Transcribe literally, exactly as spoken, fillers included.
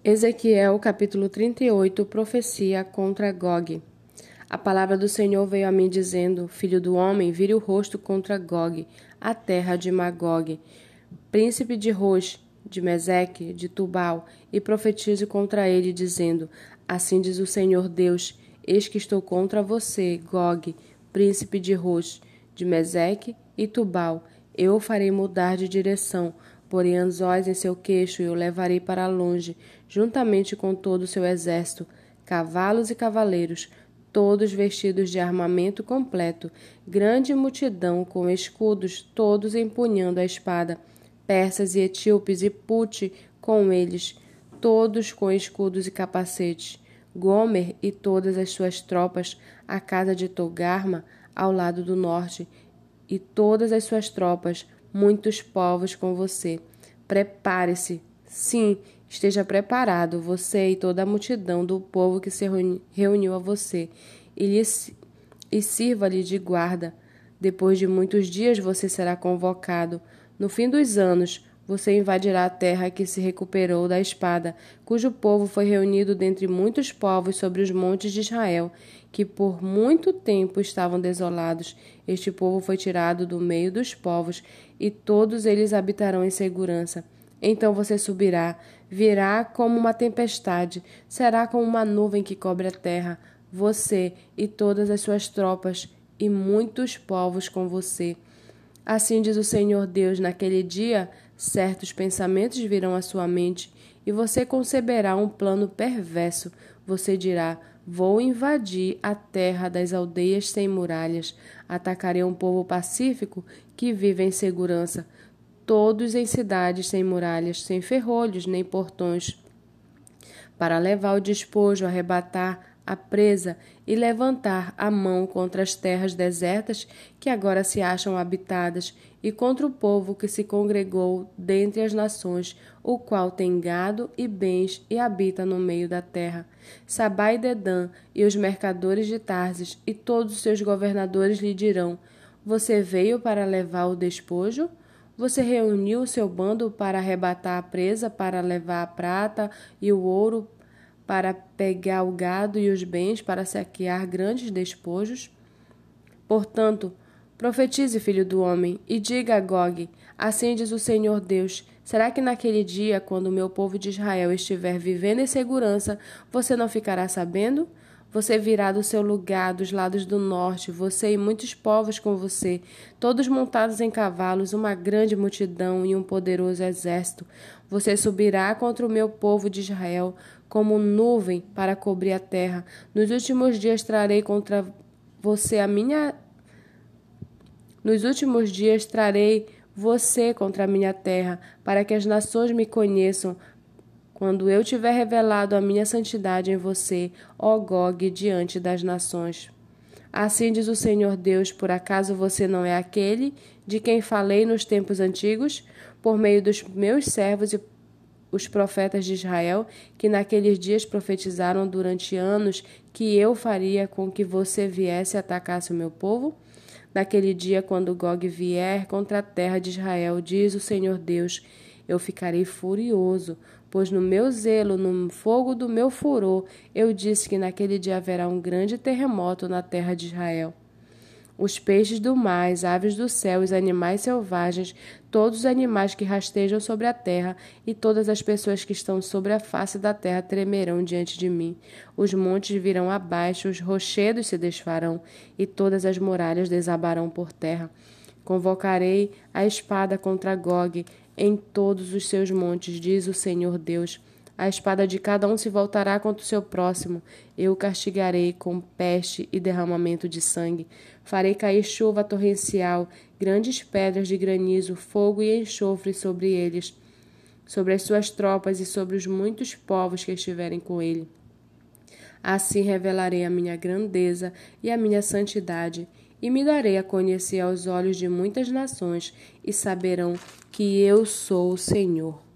Ezequiel, capítulo trinta e oito, profecia contra Gog. A palavra do Senhor veio a mim dizendo: Filho do homem, vire o rosto contra Gog, a terra de Magog, príncipe de Rosh, de Meseque, de Tubal, e profetize contra ele, dizendo: Assim diz o Senhor Deus: Eis que estou contra você, Gog, príncipe de Rosh, de Meseque e Tubal. Eu o farei mudar de direção, porei anzóis em seu queixo e o levarei para longe, juntamente com todo o seu exército, cavalos e cavaleiros, todos vestidos de armamento completo, grande multidão com escudos, todos empunhando a espada, persas e etíopes e Pute com eles, todos com escudos e capacetes, Gomer e todas as suas tropas, a casa de Togarma, ao lado do norte, e todas as suas tropas, muitos povos com você. Prepare-se, sim, esteja preparado, você e toda a multidão do povo que se reuniu a você, e, lhe, e sirva-lhe de guarda. Depois de muitos dias você será convocado. No fim dos anos, você invadirá a terra que se recuperou da espada, cujo povo foi reunido dentre muitos povos sobre os montes de Israel, que por muito tempo estavam desolados. Este povo foi tirado do meio dos povos, e todos eles habitarão em segurança. Então você subirá, virá como uma tempestade, será como uma nuvem que cobre a terra, você e todas as suas tropas, e muitos povos com você. Assim diz o Senhor Deus: naquele dia, certos pensamentos virão à sua mente, e você conceberá um plano perverso. Você dirá: vou invadir a terra das aldeias sem muralhas, atacarei um povo pacífico que vive em segurança, todos em cidades sem muralhas, sem ferrolhos nem portões, para levar o despojo, arrebatar a presa e levantar a mão contra as terras desertas que agora se acham habitadas, e contra o povo que se congregou dentre as nações, o qual tem gado e bens e habita no meio da terra. Sabá e Dedã e os mercadores de Tarsis e todos os seus governadores lhe dirão: você veio para levar o despojo? Você reuniu o seu bando para arrebatar a presa, para levar a prata e o ouro, para pegar o gado e os bens, para saquear grandes despojos? Portanto, profetize, filho do homem, e diga a Gog: assim diz o Senhor Deus: será que naquele dia, quando o meu povo de Israel estiver vivendo em segurança, você não ficará sabendo? Você virá do seu lugar, dos lados do norte, você e muitos povos com você, todos montados em cavalos, uma grande multidão e um poderoso exército. Você subirá contra o meu povo de Israel, como nuvem para cobrir a terra. Nos últimos dias trarei contra você a minha... Nos últimos dias trarei você contra a minha terra, para que as nações me conheçam, quando eu tiver revelado a minha santidade em você, ó Gog, diante das nações. Assim diz o Senhor Deus: por acaso você não é aquele de quem falei nos tempos antigos, por meio dos meus servos e os profetas de Israel, que naqueles dias profetizaram durante anos que eu faria com que você viesse e atacasse o meu povo? Naquele dia, quando Gog vier contra a terra de Israel, diz o Senhor Deus, eu ficarei furioso, pois no meu zelo, no fogo do meu furor, eu disse que naquele dia haverá um grande terremoto na terra de Israel. Os peixes do mar, as aves do céu, os animais selvagens, todos os animais que rastejam sobre a terra e todas as pessoas que estão sobre a face da terra tremerão diante de mim. Os montes virão abaixo, os rochedos se desfarão e todas as muralhas desabarão por terra. Convocarei a espada contra Gog em todos os seus montes, diz o Senhor Deus. A espada de cada um se voltará contra o seu próximo. Eu o castigarei com peste e derramamento de sangue. Farei cair chuva torrencial, grandes pedras de granizo, fogo e enxofre sobre eles, sobre as suas tropas e sobre os muitos povos que estiverem com ele. Assim revelarei a minha grandeza e a minha santidade, e me darei a conhecer aos olhos de muitas nações, e saberão que eu sou o Senhor.